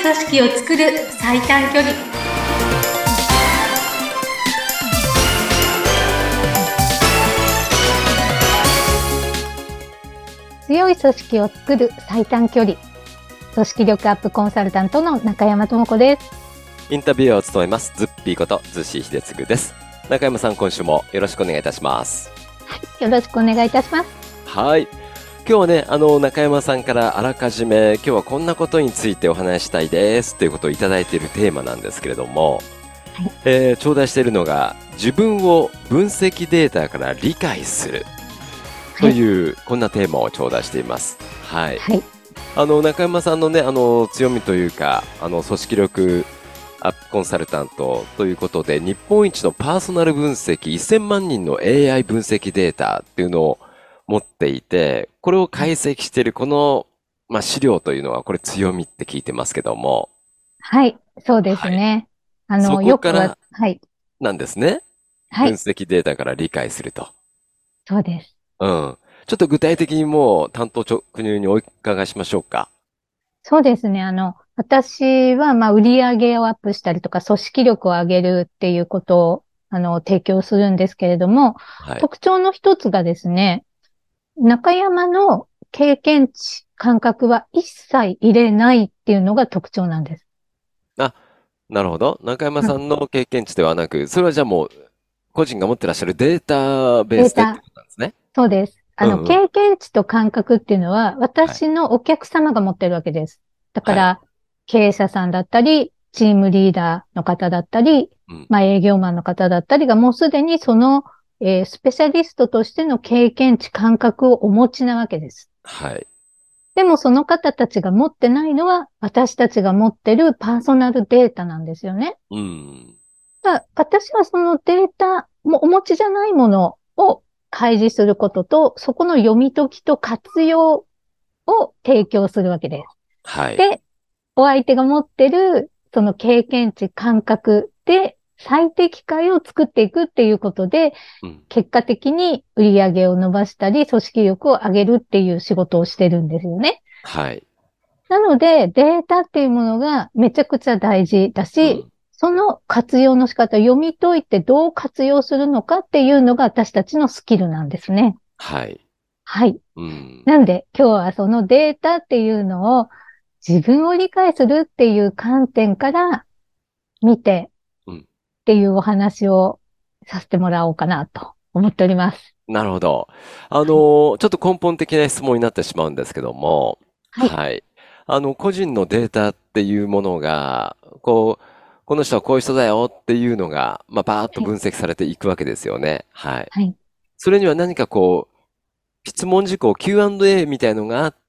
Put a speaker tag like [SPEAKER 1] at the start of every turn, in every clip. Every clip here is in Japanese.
[SPEAKER 1] 組織を作る最短距離。強い組織を作る最短距離。組織力アップコンサルタントの中山智子です。
[SPEAKER 2] インタビュアーを務めますズッピーことズシ秀嗣です。中山さん、今週もよろしくお願いいたします。
[SPEAKER 1] よろしくお願いいたします。
[SPEAKER 2] はい。今日はね、中山さんからあらかじめ今日はこんなことについてお話したいですということをいただいているテーマなんですけれども、頂戴しているのが自分を分析データから理解するという、こんなテーマを頂戴しています。はい。中山さんのね、強みというか、組織力アップコンサルタントということで、日本一のパーソナル分析1000万人の AI 分析データっていうのを持っていて、これを解析しているこの、資料というのはこれ強みって聞いてますけども。
[SPEAKER 1] はい、そうですね。
[SPEAKER 2] そこから
[SPEAKER 1] はい。
[SPEAKER 2] なんですね。
[SPEAKER 1] はい。
[SPEAKER 2] 分析データから理解すると。
[SPEAKER 1] そうです。
[SPEAKER 2] うん。ちょっと具体的にもう担当直入にお伺いしましょうか。
[SPEAKER 1] そうですね。私は、売り上げをアップしたりとか、組織力を上げるっていうことを、提供するんですけれども、
[SPEAKER 2] はい。
[SPEAKER 1] 特徴の一つがですね、中山の経験値、感覚は一切入れないっていうのが特徴なんです。
[SPEAKER 2] あ、なるほど。中山さんの経験値ではなく、それはじゃあもう、個人が持ってらっしゃるデータベースでってことなんですね。
[SPEAKER 1] そうです。
[SPEAKER 2] うんうん。
[SPEAKER 1] 経験値と感覚っていうのは、
[SPEAKER 2] はい。
[SPEAKER 1] 私のお客様が持ってるわけです。だか
[SPEAKER 2] はい。
[SPEAKER 1] ら、経営者さんだったり、チームリーダーの方だったり、
[SPEAKER 2] うん。
[SPEAKER 1] 営業マンの方だったりがもうすでにその、スペシャリストとしての経験値、感覚をお持ちなわけです。
[SPEAKER 2] はい。
[SPEAKER 1] でもその方たちが持ってないのは、私たちが持ってるパーソナルデータなんですよね。
[SPEAKER 2] うん。
[SPEAKER 1] 私はそのデータもお持ちじゃないものを開示することと、そこの読み解きと活用を提供するわけです。
[SPEAKER 2] はい。
[SPEAKER 1] で、お相手が持ってるその経験値、感覚で最適解を作っていくっていうことで、
[SPEAKER 2] うん。
[SPEAKER 1] 結果的に売り上げを伸ばしたり、組織力を上げるっていう仕事をしてるんですよね。
[SPEAKER 2] はい。
[SPEAKER 1] なので、データっていうものがめちゃくちゃ大事だし、
[SPEAKER 2] うん。
[SPEAKER 1] その活用の仕方、読み解いてどう活用するのかっていうのが私たちのスキルなんですね。
[SPEAKER 2] はい。
[SPEAKER 1] はい。
[SPEAKER 2] うん。
[SPEAKER 1] なので、今日はそのデータっていうのを自分を理解するっていう観点から見て
[SPEAKER 2] うん。
[SPEAKER 1] っていうお話をさせてもらおうかなと思っております。
[SPEAKER 2] なるほど。ちょっと根本的な質問になってしまうんですけども、
[SPEAKER 1] はい。
[SPEAKER 2] はい。個人のデータっていうものが、この人はこういう人だよっていうのが、バーッと
[SPEAKER 1] はい。
[SPEAKER 2] 分析されていくわけですよね。はい。
[SPEAKER 1] はい。
[SPEAKER 2] それには何か質問事項 Q&A みたいのがあって、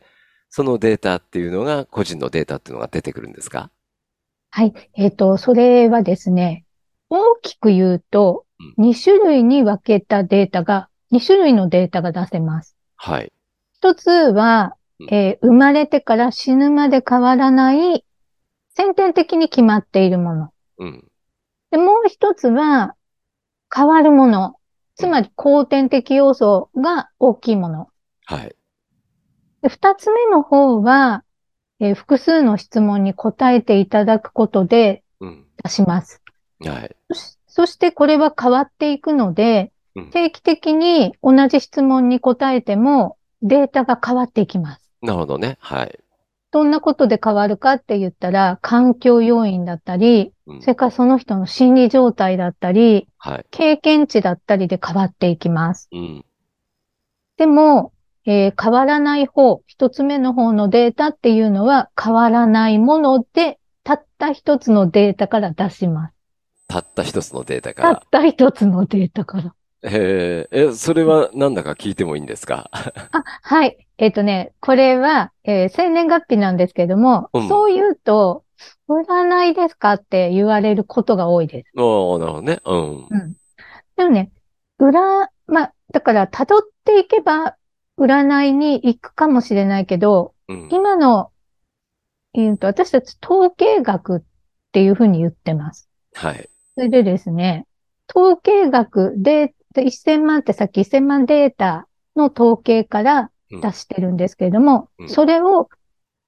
[SPEAKER 2] そのデータっていうのが、個人のデータっていうのが出てくるんですか？
[SPEAKER 1] はい。それはですね、大きく言うと、
[SPEAKER 2] うん。
[SPEAKER 1] 2種類に分けたデータが、2種類のデータが出せます。
[SPEAKER 2] はい。
[SPEAKER 1] 一つは、
[SPEAKER 2] うん。
[SPEAKER 1] 生まれてから死ぬまで変わらない先天的に決まっているもの。
[SPEAKER 2] うん。
[SPEAKER 1] で、もう一つは、変わるもの。
[SPEAKER 2] うん。
[SPEAKER 1] つまり後天的要素が大きいもの。
[SPEAKER 2] はい。
[SPEAKER 1] で、二つ目の方は、複数の質問に答えていただくことで
[SPEAKER 2] うん。
[SPEAKER 1] 出します。
[SPEAKER 2] はい。
[SPEAKER 1] そしてこれは変わっていくので、
[SPEAKER 2] うん。
[SPEAKER 1] 定期的に同じ質問に答えてもデータが変わっていきます。
[SPEAKER 2] なるほどね。はい。
[SPEAKER 1] どんなことで変わるかって言ったら、環境要因だったり、
[SPEAKER 2] うん。
[SPEAKER 1] それからその人の心理状態だったり、
[SPEAKER 2] はい。
[SPEAKER 1] 経験値だったりで変わっていきます。
[SPEAKER 2] うん。
[SPEAKER 1] でも、変わらない方、一つ目の方のデータっていうのは変わらないもので、たった一つのデータから出します。
[SPEAKER 2] たった一つのデータか
[SPEAKER 1] たっ
[SPEAKER 2] ら。
[SPEAKER 1] た一つのデータから。
[SPEAKER 2] それはなんだか聞いてもいいんですか？
[SPEAKER 1] はい。これは、生年月日なんですけども、
[SPEAKER 2] うん。
[SPEAKER 1] そう言うと、占いですかって言われることが多いです。
[SPEAKER 2] おー、なるほどね。うん。
[SPEAKER 1] うん。でもね、だから辿っていけば、占いに行くかもしれないけど、
[SPEAKER 2] うん。
[SPEAKER 1] 今の、私たち統計学っていうふうに言ってます。
[SPEAKER 2] はい。
[SPEAKER 1] それでですね、統計学で1000万ってさっき1000万データの統計から
[SPEAKER 2] うん。
[SPEAKER 1] 出してるんですけれども、
[SPEAKER 2] うん。
[SPEAKER 1] それを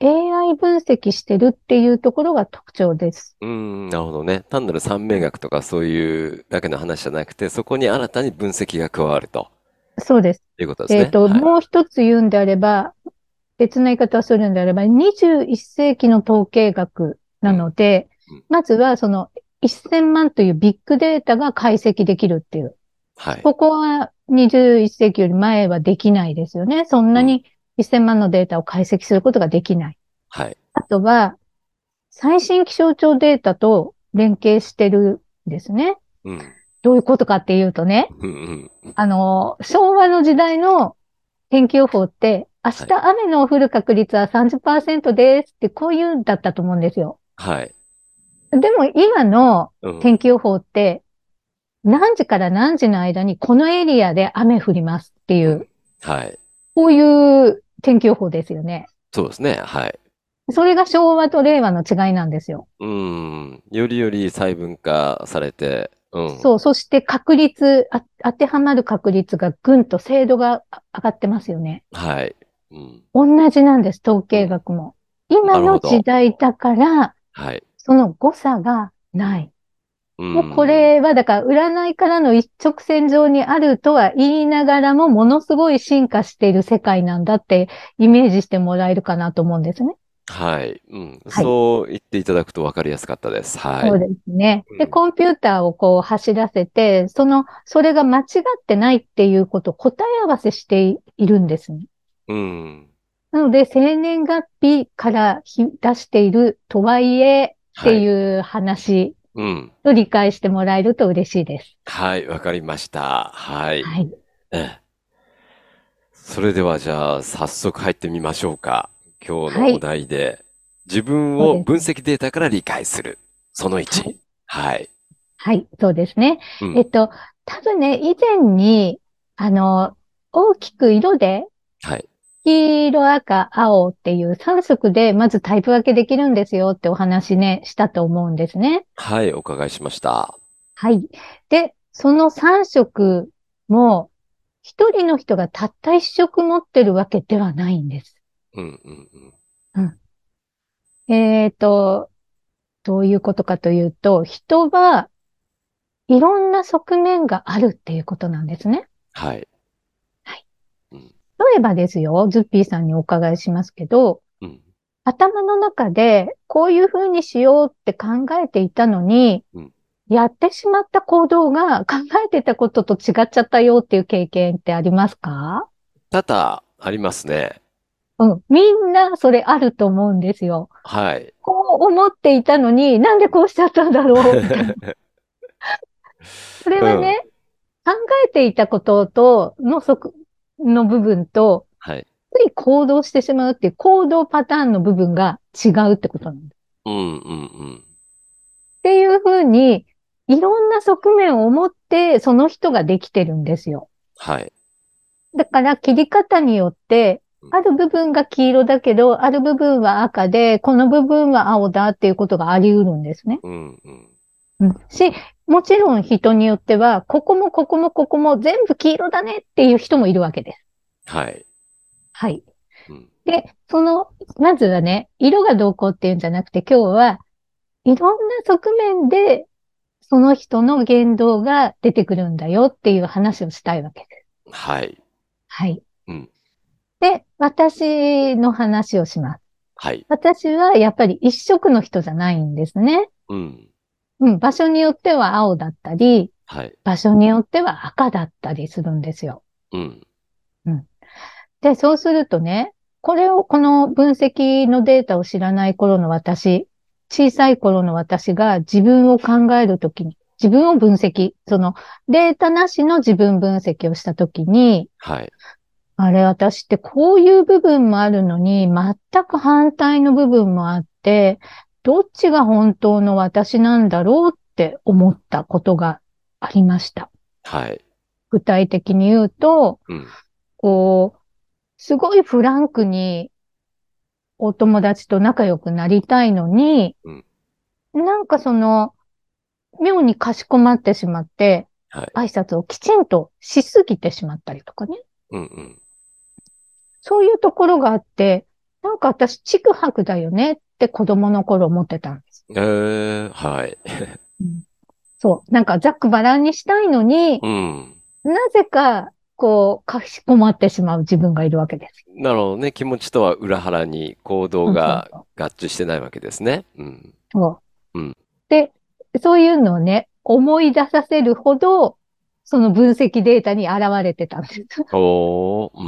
[SPEAKER 1] AI 分析してるっていうところが特徴です。
[SPEAKER 2] なるほどね。単なる三名学とかそういうだけの話じゃなくて、そこに新たに分析が加わると
[SPEAKER 1] そうです。
[SPEAKER 2] いうことですね。はい。
[SPEAKER 1] もう一つ言うんであれば、別な言い方をするんであれば、21世紀の統計学な
[SPEAKER 2] うん。
[SPEAKER 1] ので、
[SPEAKER 2] うん。
[SPEAKER 1] まずはその1000万というビッグデータが解析できるっていう。
[SPEAKER 2] はい。
[SPEAKER 1] ここは21世紀より前はできないですよね。そん
[SPEAKER 2] うん。
[SPEAKER 1] なに1000万のデータを解析することができない。
[SPEAKER 2] はい。
[SPEAKER 1] あとは、最新気象庁データと連携してるんですね。
[SPEAKER 2] うん。
[SPEAKER 1] どういうことかっていうとね、
[SPEAKER 2] うん。うん。
[SPEAKER 1] 昭和の時代の天気予報って、明
[SPEAKER 2] はい。
[SPEAKER 1] 日雨の降る確率は30%ですってこういうんだったと思うんですよ。
[SPEAKER 2] はい。
[SPEAKER 1] でも今の
[SPEAKER 2] うん。
[SPEAKER 1] 天気予報って、何時から何時の間にこのエリアで雨降りますっていう、
[SPEAKER 2] うん。はい。
[SPEAKER 1] こういう天気予報ですよね。
[SPEAKER 2] そうですね。はい。
[SPEAKER 1] それが昭和と令和の違いなんですよ。
[SPEAKER 2] よりより細分化されて、うん。
[SPEAKER 1] そう。そして当てはまる確率がぐんと精度が上がってますよね。
[SPEAKER 2] はい。うん。
[SPEAKER 1] 同じなんです、統計
[SPEAKER 2] うん。
[SPEAKER 1] 学も。今の時
[SPEAKER 2] なるほど。
[SPEAKER 1] 代だから、
[SPEAKER 2] はい。
[SPEAKER 1] その誤差が
[SPEAKER 2] うん。
[SPEAKER 1] ない。
[SPEAKER 2] う
[SPEAKER 1] もうこ
[SPEAKER 2] ん。
[SPEAKER 1] れは、だから占いからの一直線上にあるとは言いながらも、ものすごい進化している世界なんだってイメージしてもらえるかなと思うんですね。
[SPEAKER 2] はい。うん。
[SPEAKER 1] はい。
[SPEAKER 2] そう言っていただくと分かりやすかったです。はい。
[SPEAKER 1] そうですね。で、
[SPEAKER 2] うん。
[SPEAKER 1] コンピューターをこう走らせて、それが間違ってないっていうことを答え合わせしているんですね。
[SPEAKER 2] うん。
[SPEAKER 1] なので、生年月日から出しているとはいえって
[SPEAKER 2] はい。
[SPEAKER 1] いう話
[SPEAKER 2] うん。
[SPEAKER 1] を理解してもらえると嬉しいです。
[SPEAKER 2] はい。わかりました。はい。
[SPEAKER 1] はい。
[SPEAKER 2] ええ。それではじゃあ、早速入ってみましょうか。今日のお
[SPEAKER 1] はい。
[SPEAKER 2] 題で、自分を
[SPEAKER 1] そうですね。
[SPEAKER 2] 分析データから理解する。その1。
[SPEAKER 1] はい。
[SPEAKER 2] はい。
[SPEAKER 1] はい。そうですね。
[SPEAKER 2] うん。
[SPEAKER 1] えっと、多分ね、以前に、あの、大きく色で、
[SPEAKER 2] はい。
[SPEAKER 1] 黄色、赤、青っていう3色でまずタイプ分けできるんですよってお話ね、したと思うんですね。
[SPEAKER 2] はい、お伺いしました。
[SPEAKER 1] はい。で、その3色も、一人の人がたった一色持ってるわけではないんです。
[SPEAKER 2] うん、うん、うん。
[SPEAKER 1] うん。えっと、どういうことかというと、人はいろんな側面があるっていうことなんですね。
[SPEAKER 2] はい。
[SPEAKER 1] はい。
[SPEAKER 2] うん、
[SPEAKER 1] 例えばですよ、ズッピーさんにお伺いしますけど、
[SPEAKER 2] うん、
[SPEAKER 1] 頭の中でこういうふうにしようって考えていたのに、
[SPEAKER 2] うん。
[SPEAKER 1] やってしまった行動が考えてたことと違っちゃったよっていう経験ってありますか？
[SPEAKER 2] 多々ありますね。
[SPEAKER 1] うん。みんなそれあると思うんですよ。
[SPEAKER 2] はい。
[SPEAKER 1] こう思っていたのになんでこうしちゃったんだろうみたいな。それ
[SPEAKER 2] うん。
[SPEAKER 1] はね、考えていたことの部分と、
[SPEAKER 2] はい。
[SPEAKER 1] つい行動してしまうっていう行動パターンの部分が違うってことなんです。
[SPEAKER 2] うん、うん、うん。
[SPEAKER 1] っていうふうに、いろんな側面を持って、その人ができてるんですよ。
[SPEAKER 2] はい。
[SPEAKER 1] だから切り方によって、
[SPEAKER 2] うん、
[SPEAKER 1] ある部分が黄色だけど、ある部分は赤で、この部分は青だっていうことがあり得るんですね。
[SPEAKER 2] うん、うん。
[SPEAKER 1] うん。もちろん人によっては、ここもここもここも全部黄色だねっていう人もいるわけです。
[SPEAKER 2] はい。
[SPEAKER 1] はい。
[SPEAKER 2] うん、
[SPEAKER 1] で、まずはね、色がどうこうっていうんじゃなくて、今日はいろんな側面でその人の言動が出てくるんだよっていう話をしたいわけです。
[SPEAKER 2] はい。
[SPEAKER 1] はい。
[SPEAKER 2] うん、
[SPEAKER 1] で、私の話をします。
[SPEAKER 2] はい。
[SPEAKER 1] 私はやっぱり一色の人じゃないんですね。
[SPEAKER 2] うん、
[SPEAKER 1] うん、場所によっては青だったり、
[SPEAKER 2] はい。
[SPEAKER 1] 場所によっては赤だったりするんですよ。
[SPEAKER 2] うん、
[SPEAKER 1] うん。で、そうするとね、この分析のデータを知らない頃の私、小さい頃の私が自分を考えるときに、自分を分析、データなしの自分分析をしたときに、
[SPEAKER 2] はい。
[SPEAKER 1] あれ、私ってこういう部分もあるのに、全く反対の部分もあって、どっちが本当の私なんだろうって思ったことがありました。
[SPEAKER 2] はい。
[SPEAKER 1] 具体的に言うと、
[SPEAKER 2] うん、
[SPEAKER 1] こう、すごいフランクにお友達と仲良くなりたいのに、
[SPEAKER 2] うん。
[SPEAKER 1] なんか妙にかしこまってしまって、
[SPEAKER 2] はい。
[SPEAKER 1] 挨拶をきちんとしすぎてしまったりとかね。
[SPEAKER 2] うん、うん。
[SPEAKER 1] そういうところがあって、 なんか私、ちくはくだよねって子供の頃思ってたんです。
[SPEAKER 2] はい。
[SPEAKER 1] うん、そう。なんかざっくばらんにしたいのに、
[SPEAKER 2] うん。
[SPEAKER 1] なぜか、こう、かしこまってしまう自分がいるわけです。
[SPEAKER 2] なるほどね。気持ちとは裏腹に行動
[SPEAKER 1] そうそう
[SPEAKER 2] が
[SPEAKER 1] そう。
[SPEAKER 2] 合致してないわけですね。うん。
[SPEAKER 1] そう。
[SPEAKER 2] うん。
[SPEAKER 1] で、そういうのをね、思い出させるほど、その分析データに現れてたんです。
[SPEAKER 2] おー、うん。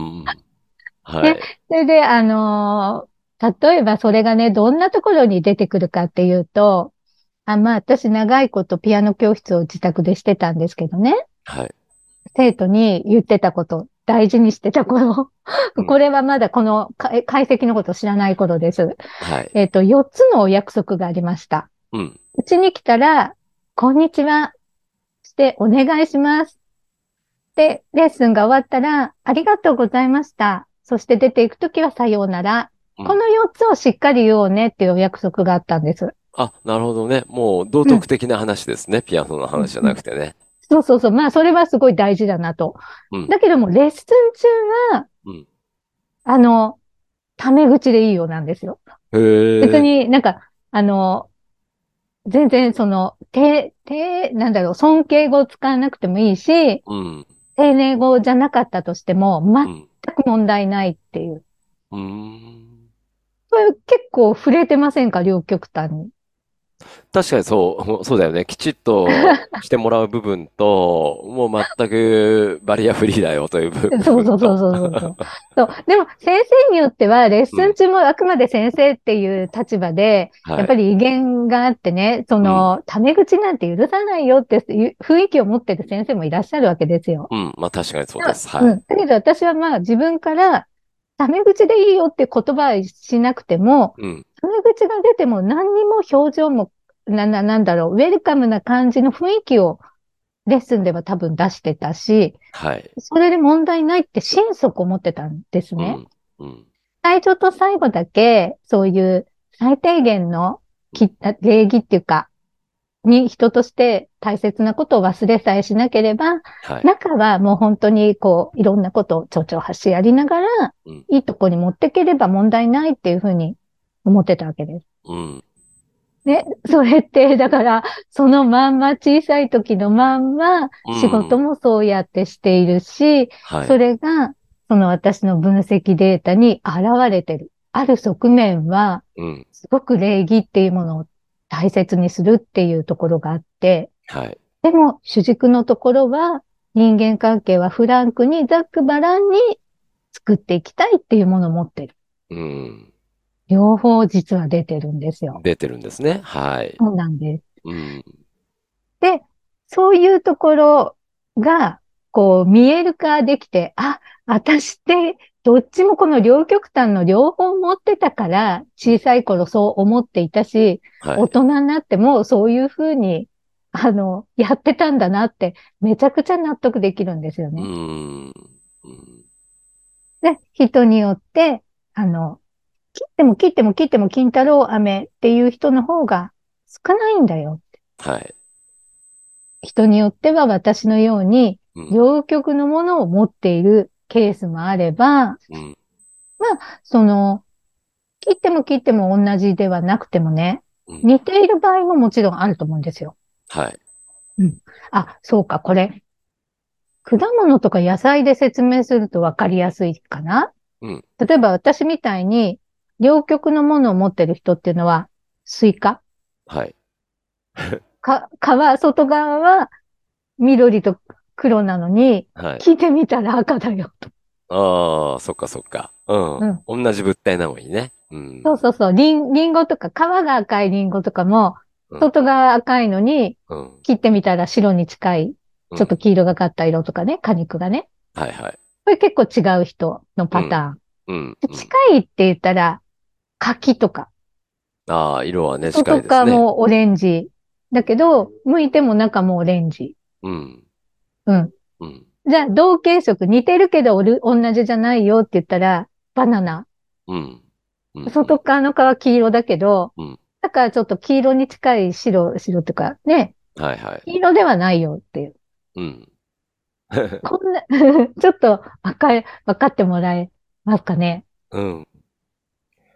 [SPEAKER 1] で、
[SPEAKER 2] はい。
[SPEAKER 1] それで、例えばそれがね、どんなところに出てくるかっていうと、まあ、私長いことピアノ教室を自宅でしてたんですけどね、
[SPEAKER 2] はい。
[SPEAKER 1] 生徒に言ってたこと、大事にしてた頃、
[SPEAKER 2] うん。
[SPEAKER 1] これはまだこの解析のことを知らない頃です。
[SPEAKER 2] はい。
[SPEAKER 1] 4つのお約束がありました。
[SPEAKER 2] うん。
[SPEAKER 1] うちに来たら、こんにちはしてお願いします。で、レッスンが終わったら、ありがとうございました。そして出ていくときはさようなら。
[SPEAKER 2] うん。
[SPEAKER 1] この4つをしっかり言おうねっていうお約束があったんです。
[SPEAKER 2] あ、なるほどね。もう道
[SPEAKER 1] うん。
[SPEAKER 2] 徳的な話ですね。ピアノの話じゃ
[SPEAKER 1] うんうん、
[SPEAKER 2] なくてね。
[SPEAKER 1] そうそうそう。まあ、それはすごい大事だなと。
[SPEAKER 2] うん。
[SPEAKER 1] だけども、レッスン中は、
[SPEAKER 2] うん。
[SPEAKER 1] あの、タメ口でいいようなんですよ。
[SPEAKER 2] へえ。
[SPEAKER 1] 別になんか、全然なんだろう、尊敬語を使わなくてもいいし、
[SPEAKER 2] うん。
[SPEAKER 1] 丁寧語じゃなかったとしても、全
[SPEAKER 2] うん。
[SPEAKER 1] く問題ないっていう。
[SPEAKER 2] うーん。
[SPEAKER 1] これ結構触れてませんか、両極端に。
[SPEAKER 2] 確かにそう、そうだよね。きちっとしてもらう部分と、もう全くバリアフリーだよという部
[SPEAKER 1] そうそうそう
[SPEAKER 2] 分と。
[SPEAKER 1] そうそうそう。そう。でも、先生によっては、レッ
[SPEAKER 2] うん。
[SPEAKER 1] スン中もあくまで先生っていう立場で、や
[SPEAKER 2] はい。
[SPEAKER 1] っぱり威厳があってね、
[SPEAKER 2] うん。
[SPEAKER 1] タメ口なんて許さないよっていう雰囲気を持ってる先生もいらっしゃるわけですよ。
[SPEAKER 2] うん。まあ確かにそうで
[SPEAKER 1] だ
[SPEAKER 2] す。はい。
[SPEAKER 1] うん。だけど私はまあ自分から、タメ口でいいよって言葉はしなくても、
[SPEAKER 2] うん。
[SPEAKER 1] タメ口が出ても何にも表情も、なんだろう、ウェルカムな感じの雰囲気をレッスンでは多分出してたし、
[SPEAKER 2] はい。
[SPEAKER 1] それで問題ないって心底思ってたんですね。
[SPEAKER 2] うん。うん。
[SPEAKER 1] 最初と最後だけ、そういう最低限の
[SPEAKER 2] うん。
[SPEAKER 1] 礼儀っていうか、に人として大切なことを忘れさえしなければ、
[SPEAKER 2] はい。
[SPEAKER 1] 中はもう本当にこう、いろんなことをちょ端やりながら、
[SPEAKER 2] うん。
[SPEAKER 1] いいとこに持っていければ問題ないっていうふうに思ってたわけです。
[SPEAKER 2] うん。
[SPEAKER 1] ね、それって、だから、そのまんま小さい時のまんま、
[SPEAKER 2] う
[SPEAKER 1] 仕事
[SPEAKER 2] ん。
[SPEAKER 1] もそうやってしているし、そ
[SPEAKER 2] はい。
[SPEAKER 1] れが、その私の分析データに現れてる。ある側面は、
[SPEAKER 2] うん。
[SPEAKER 1] すごく礼儀っていうものを大切にするっていうところがあって、
[SPEAKER 2] はい。
[SPEAKER 1] でも主軸のところは、人間関係はフランクにざっくばらんに作っていきたいっていうものを持ってる。
[SPEAKER 2] うん。
[SPEAKER 1] 両方実は出てるんですよ。
[SPEAKER 2] 出てるんですね。はい。
[SPEAKER 1] そうなんです。
[SPEAKER 2] うん。
[SPEAKER 1] で、そういうところが、こう、見える化できて、私って、どっちもこの両極端の両方持ってたから、
[SPEAKER 2] うん。
[SPEAKER 1] 小さい頃そう思っていたし、
[SPEAKER 2] はい。
[SPEAKER 1] 大人になってもそういうふうに、やってたんだなって、めちゃくちゃ納得できるんですよ
[SPEAKER 2] う
[SPEAKER 1] ね。
[SPEAKER 2] ん。うん。
[SPEAKER 1] で、人によって、切っても切っても切っても金太郎飴っていう人の方が少ないんだよ。
[SPEAKER 2] はい。
[SPEAKER 1] 人によっては私のように、
[SPEAKER 2] うん。
[SPEAKER 1] 両極のものを持っているケースもあれば、
[SPEAKER 2] うん。
[SPEAKER 1] まあ、切っても切っても同じではなくてもね、
[SPEAKER 2] うん。
[SPEAKER 1] 似ている場合ももちろんあると思うんですよ。
[SPEAKER 2] はい。
[SPEAKER 1] うん。そうか、これ、果物とか野菜で説明するとわかりやすいかな。
[SPEAKER 2] うん。
[SPEAKER 1] 例えば私みたいに、両極のものを持ってる人っていうのは、スイカ。
[SPEAKER 2] はい。
[SPEAKER 1] 外側は緑と黒なのに、
[SPEAKER 2] はい。
[SPEAKER 1] 聞いてみたら赤だよと。
[SPEAKER 2] ああ、そっかそっか。う
[SPEAKER 1] うん。
[SPEAKER 2] ん。同じ物体なのにね。うん。
[SPEAKER 1] そうそうそう。リンゴとか、皮が赤いリンゴとかも、
[SPEAKER 2] うん。
[SPEAKER 1] 外側赤いのに、
[SPEAKER 2] うん。
[SPEAKER 1] 切ってみたら白に近い、
[SPEAKER 2] うん。
[SPEAKER 1] ちょっと黄色がかった色とかね、果肉がね。
[SPEAKER 2] はいはい。
[SPEAKER 1] これ結構違う人の
[SPEAKER 2] うん。
[SPEAKER 1] パタ
[SPEAKER 2] うん。
[SPEAKER 1] ーン。
[SPEAKER 2] うん。
[SPEAKER 1] 近いって言ったら、柿とか。
[SPEAKER 2] ああ、色はね、近い
[SPEAKER 1] 外
[SPEAKER 2] ですね。
[SPEAKER 1] 側もオレンジ。だけど、剥いても中もオレンジ。
[SPEAKER 2] うん。
[SPEAKER 1] うん。
[SPEAKER 2] うん。
[SPEAKER 1] じゃあ、同系色似てるけど同じじゃないよって言ったら、バナナ。
[SPEAKER 2] うん。うん。うん。
[SPEAKER 1] 外側の皮黄色だけど、
[SPEAKER 2] うん。
[SPEAKER 1] だからちょっと黄色に近い白とかね、
[SPEAKER 2] はいはい。
[SPEAKER 1] 黄色ではないよっていう。
[SPEAKER 2] うん。
[SPEAKER 1] こんなちょっとわかってもらえますかね。
[SPEAKER 2] うん。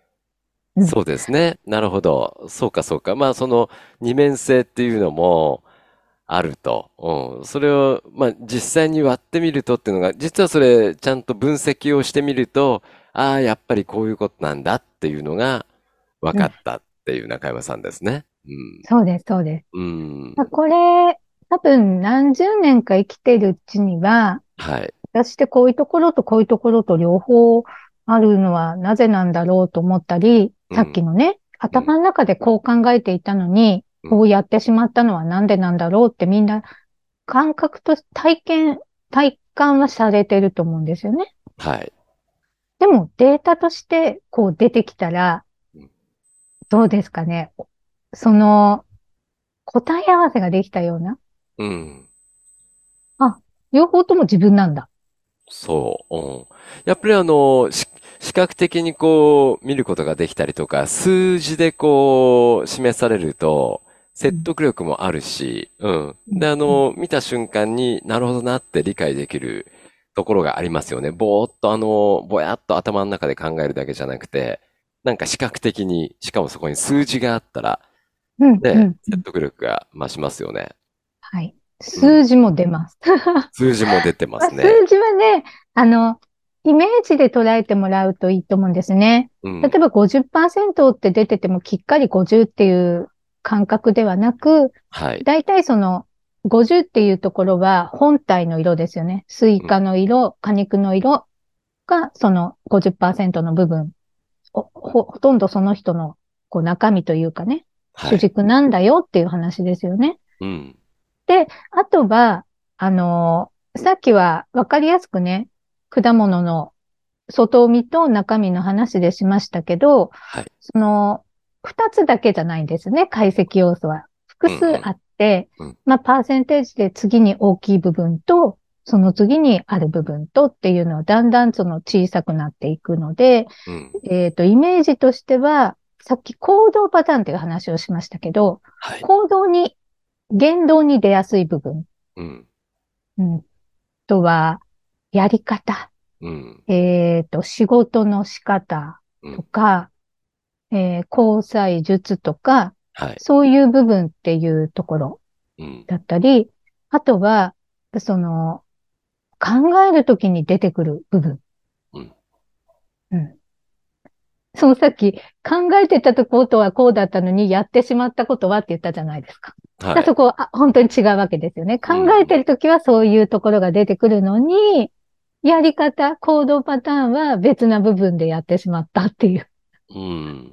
[SPEAKER 1] うん。
[SPEAKER 2] そうですね。なるほど。そうか、そうか。まあ、その二面性っていうのもあると。うん。それを、まあ、実際に割ってみるとっていうのが、実はそれ、ちゃんと分析をしてみると、ああ、やっぱりこういうことなんだっていうのが分
[SPEAKER 1] うん。
[SPEAKER 2] かったっていう中山さんですね。
[SPEAKER 1] そうです、そうです。
[SPEAKER 2] うん。うん。
[SPEAKER 1] これ、多分何十年か生きてるうちには、
[SPEAKER 2] はい。
[SPEAKER 1] 私ってこういうところとこういうところと両方あるのはなぜなんだろうと思ったり、さっき
[SPEAKER 2] うん。
[SPEAKER 1] のね、
[SPEAKER 2] うん。
[SPEAKER 1] 頭の中でこう考えていたのに、
[SPEAKER 2] うん。
[SPEAKER 1] こうやってしまったのはなんでなんだろうってみんな感覚と体感はされてると思うんですよね。
[SPEAKER 2] はい。
[SPEAKER 1] でもデータとしてこう出てきたら、
[SPEAKER 2] うん。
[SPEAKER 1] どうですかね。その答え合わせができたような。
[SPEAKER 2] うん。
[SPEAKER 1] あ、両方とも自分なんだ。
[SPEAKER 2] そう。うん。やっぱり視覚的にこう見ることができたりとか、数字でこう示されると
[SPEAKER 1] うん、
[SPEAKER 2] 説得力もあるし、うん。で、
[SPEAKER 1] うん、うん、
[SPEAKER 2] 見た瞬間になるほどなって理解できるところがありますよね。ぼーっとぼやっと頭の中で考えるだけじゃなくて、なんか視覚的に、しかもそこに数字があったら、
[SPEAKER 1] うん、う
[SPEAKER 2] ね、
[SPEAKER 1] ん。うん。
[SPEAKER 2] 説得力が増しますよね。
[SPEAKER 1] はい。
[SPEAKER 2] うん。
[SPEAKER 1] 数字も出ます。
[SPEAKER 2] 数字も出てま
[SPEAKER 1] まあ、
[SPEAKER 2] すね。
[SPEAKER 1] 数字はね、あの、イメージで捉えてもらうといいと思うんですね。
[SPEAKER 2] うん。
[SPEAKER 1] 例えば50%って出ててもきっかり50っていう感覚ではなく、
[SPEAKER 2] はい。
[SPEAKER 1] だいたいその50っていうところは本体の色ですよね。スイ
[SPEAKER 2] うん。
[SPEAKER 1] カの色、果肉の色がその50%の部分。ほとんどその人のこう中身というかね、主
[SPEAKER 2] はい。
[SPEAKER 1] 軸なんだよっていう話ですよね。
[SPEAKER 2] うん。
[SPEAKER 1] で、あとは、さっきはわかりやすくね、果物の外見と中身の話でしましたけど、
[SPEAKER 2] はい。
[SPEAKER 1] その、二つだけじゃないんですね、解析要素は。複
[SPEAKER 2] うん。うん。
[SPEAKER 1] 数あって、
[SPEAKER 2] うん。
[SPEAKER 1] まあ、パーセンテージで次に大きい部分と、その次にある部分とっていうのはだんだんその小さくなっていくので、
[SPEAKER 2] うん。
[SPEAKER 1] イメージとしては、さっき行動パターンという話をしましたけど、
[SPEAKER 2] はい。
[SPEAKER 1] 行動に、言動に出やすい部分、
[SPEAKER 2] うん。
[SPEAKER 1] うん、とは、やり方、
[SPEAKER 2] うん。
[SPEAKER 1] 仕事の仕方
[SPEAKER 2] うん。
[SPEAKER 1] とか、交際術とか、
[SPEAKER 2] はい。
[SPEAKER 1] そういう部分っていうところ
[SPEAKER 2] うん。
[SPEAKER 1] だったり、あとは、その、考えるときに出てくる部分。
[SPEAKER 2] うん。
[SPEAKER 1] うん。そのさっき考えてたことはこうだったのにやってしまったことはって言ったじゃないですか。
[SPEAKER 2] はい。
[SPEAKER 1] そこ、本当に違うわけですよね。考え
[SPEAKER 2] うん。
[SPEAKER 1] てるときはそういうところが出てくるのに、やり方、行動パターンは別な部分でやってしまったっていう。っ
[SPEAKER 2] うん。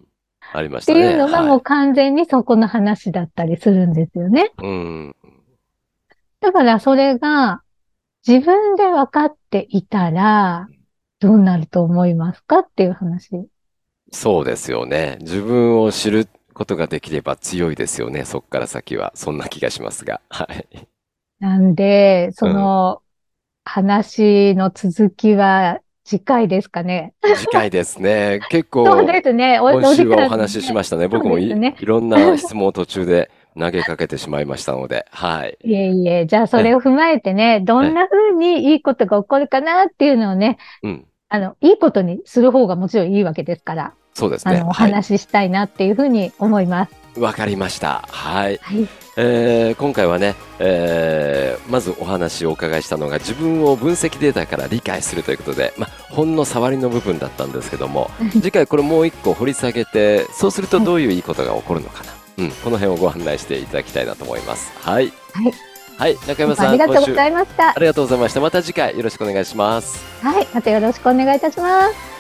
[SPEAKER 2] ありまし
[SPEAKER 1] て
[SPEAKER 2] たね。
[SPEAKER 1] いうのがもう
[SPEAKER 2] はい。
[SPEAKER 1] 完全にそこの話だったりするんですよね。
[SPEAKER 2] うん。
[SPEAKER 1] だからそれが自分で分かっていたらどうなると思いますかっていう話。
[SPEAKER 2] そうですよね。自分を知ることができれば強いですよね。そっから先は。そんな気がしますが。はい。
[SPEAKER 1] なんで、そ
[SPEAKER 2] うん。
[SPEAKER 1] の話の続きは次回ですかね。
[SPEAKER 2] 次回ですね。結
[SPEAKER 1] そう
[SPEAKER 2] 構、
[SPEAKER 1] ですね。お時
[SPEAKER 2] 今週はお
[SPEAKER 1] 間もね。
[SPEAKER 2] 話ししましたね。
[SPEAKER 1] そう
[SPEAKER 2] 僕も
[SPEAKER 1] ですね。
[SPEAKER 2] いろんな質問を途中で投げかけてしまいましたので。はい。
[SPEAKER 1] いえいえ、じゃあそれ
[SPEAKER 2] え、
[SPEAKER 1] を踏まえてね、どん
[SPEAKER 2] え、
[SPEAKER 1] な風にいいことが起こるかなっていうのをね、
[SPEAKER 2] うん。
[SPEAKER 1] いいことにする方がもちろんいいわけですから、
[SPEAKER 2] そうですね。
[SPEAKER 1] お
[SPEAKER 2] はい。
[SPEAKER 1] 話ししたいなっていうふうに思います。
[SPEAKER 2] わかりました。はい。
[SPEAKER 1] はい。
[SPEAKER 2] 今回はね、まずお話をお伺いしたのが自分を分析データから理解するということで、まあ、ほんの触りの部分だったんですけども、次回これもう一個掘り下げて、そうすると
[SPEAKER 1] はい。
[SPEAKER 2] どういういいことが起こるのかな。うん、この辺をご案内していただきたいなと思います。はい。
[SPEAKER 1] はい。
[SPEAKER 2] はい、中
[SPEAKER 1] どうもあ
[SPEAKER 2] 山さん、今週
[SPEAKER 1] りがとうございました。
[SPEAKER 2] ありがとうございました。また次回よろしくお願いします。
[SPEAKER 1] はい。またよろしくお願いいたします。